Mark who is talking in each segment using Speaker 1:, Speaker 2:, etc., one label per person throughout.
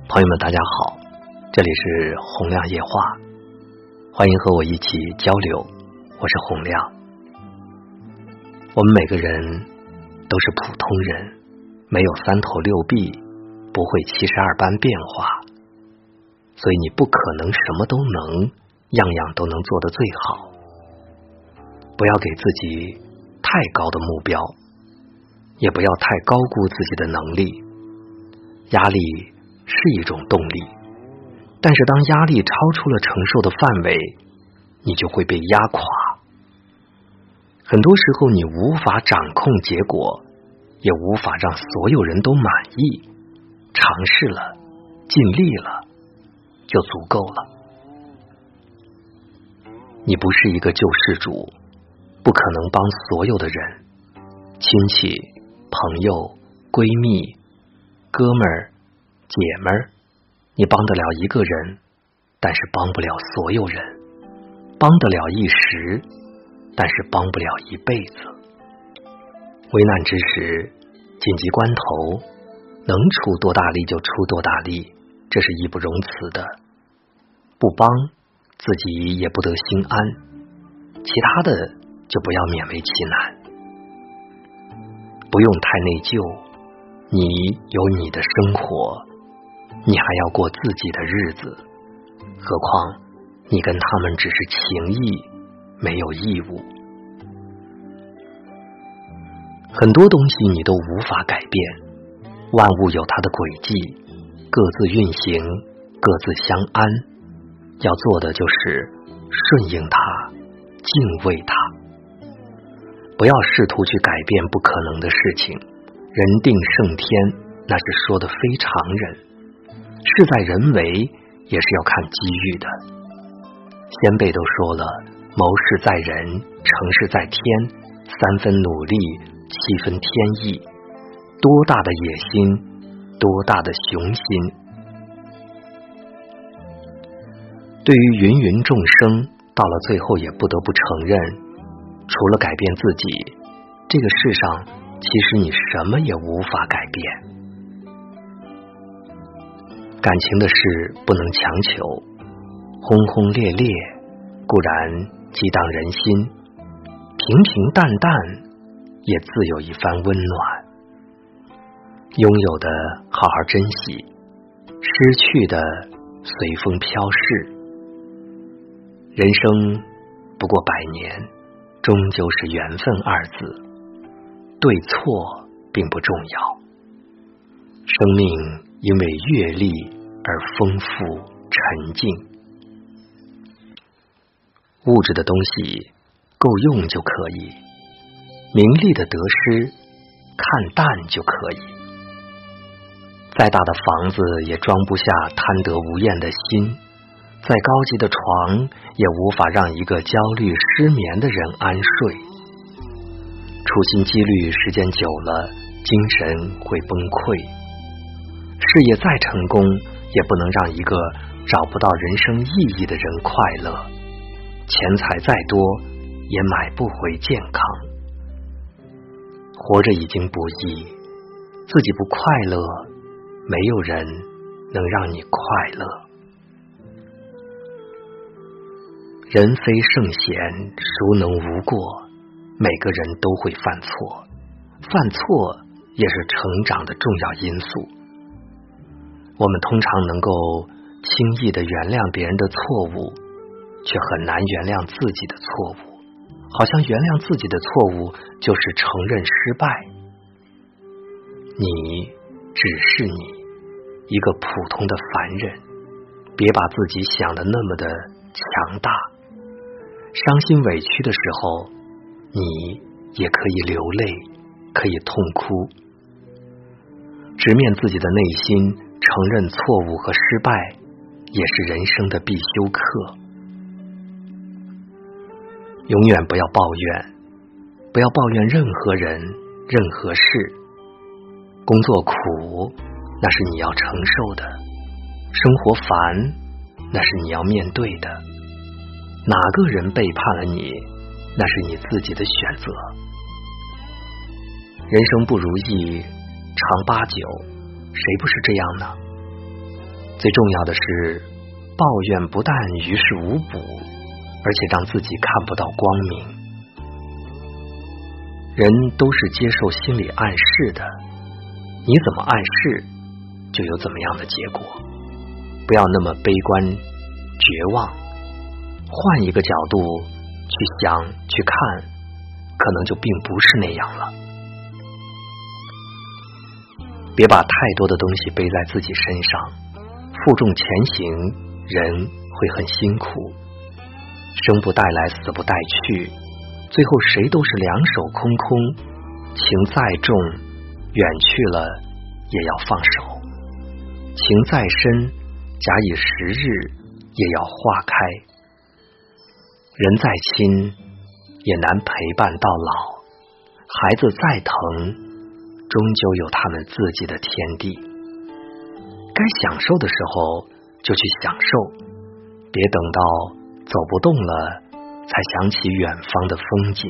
Speaker 1: 朋友们大家好，这里是洪亮夜话，欢迎和我一起交流，我是洪亮。我们每个人都是普通人，没有三头六臂，不会72般变化，所以你不可能什么都能，样样都能做得最好。不要给自己太高的目标，也不要太高估自己的能力。压力是一种动力，但是当压力超出了承受的范围，你就会被压垮。很多时候你无法掌控结果，也无法让所有人都满意，尝试了，尽力了，就足够了。你不是一个救世主，不可能帮所有的人，亲戚、朋友、闺蜜、哥们儿、姐们儿，你帮得了一个人，但是帮不了所有人，帮得了一时，但是帮不了一辈子。危难之时，紧急关头，能出多大力就出多大力，这是义不容辞的。不帮，自己也不得心安，其他的就不要勉为其难。不用太内疚，你有你的生活，你还要过自己的日子，何况你跟他们只是情谊，没有义务。很多东西你都无法改变，万物有它的轨迹，各自运行，各自相安，要做的就是顺应它，敬畏它。不要试图去改变不可能的事情，人定胜天，那是说的非常人，事在人为也是要看机遇的。先辈都说了，谋事在人，成事在天，3分努力，7分天意。多大的野心，多大的雄心。对于芸芸众生，到了最后也不得不承认，除了改变自己，这个世上其实你什么也无法改变。感情的事不能强求，轰轰烈烈固然激荡人心，平平淡淡也自有一番温暖。拥有的好好珍惜，失去的随风飘逝。人生不过100年，终究是缘分2字，对错并不重要。生命因为阅历而丰富沉静。物质的东西够用就可以，名利的得失看淡就可以。再大的房子也装不下贪得无厌的心，再高级的床也无法让一个焦虑失眠的人安睡。处心积虑时间久了，精神会崩溃。事业再成功，也不能让一个找不到人生意义的人快乐。钱财再多，也买不回健康。活着已经不易，自己不快乐，没有人能让你快乐。人非圣贤，孰能无过？每个人都会犯错，犯错也是成长的重要因素。我们通常能够轻易地原谅别人的错误，却很难原谅自己的错误，好像原谅自己的错误就是承认失败。你只是你，一个普通的凡人，别把自己想得那么的强大。伤心委屈的时候，你也可以流泪，可以痛哭。直面自己的内心，承认错误和失败，也是人生的必修课。永远不要抱怨，不要抱怨任何人、任何事。工作苦，那是你要承受的；生活烦，那是你要面对的。哪个人背叛了你，那是你自己的选择。人生不如意，常8九，谁不是这样呢？ 最重要的是，抱怨不但于事无补，而且让自己看不到光明。人都是接受心理暗示的，你怎么暗示，就有怎么样的结果。不要那么悲观绝望，换一个角度去想去看，可能就并不是那样了。别把太多的东西背在自己身上，负重前行，人会很辛苦。生不带来，死不带去，最后谁都是两手空空。情再重，远去了也要放手；情再深，假以时日也要化开。人再亲，也难陪伴到老；孩子再疼，终究有他们自己的天地。该享受的时候就去享受，别等到走不动了才想起远方的风景。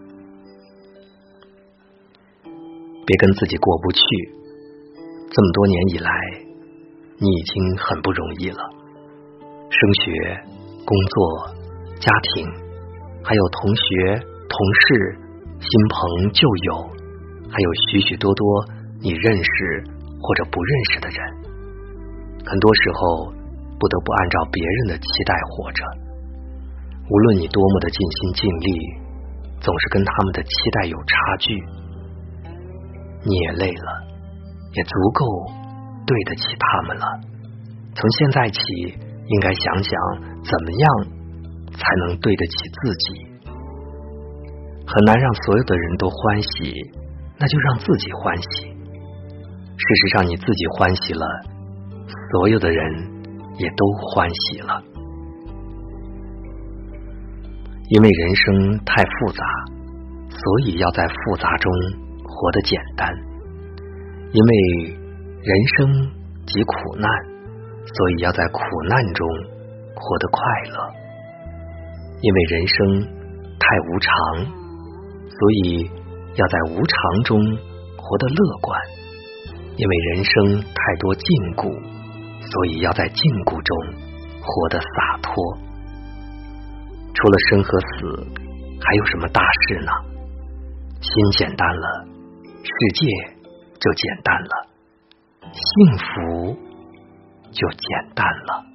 Speaker 1: 别跟自己过不去，这么多年以来，你已经很不容易了。升学、工作、家庭，还有同学、同事、新朋旧友，还有许许多多你认识或者不认识的人。很多时候不得不按照别人的期待活着，无论你多么的尽心尽力，总是跟他们的期待有差距。你也累了，也足够对得起他们了。从现在起，应该想想怎么样才能对得起自己。很难让所有的人都欢喜，那就让自己欢喜。事实上，你自己欢喜了，所有的人也都欢喜了。因为人生太复杂，所以要在复杂中活得简单。因为人生即苦难，所以要在苦难中活得快乐。因为人生太无常，所以要在无常中活得乐观。因为人生太多禁锢，所以要在禁锢中活得洒脱。除了生和死，还有什么大事呢？心简单了，世界就简单了，幸福就简单了。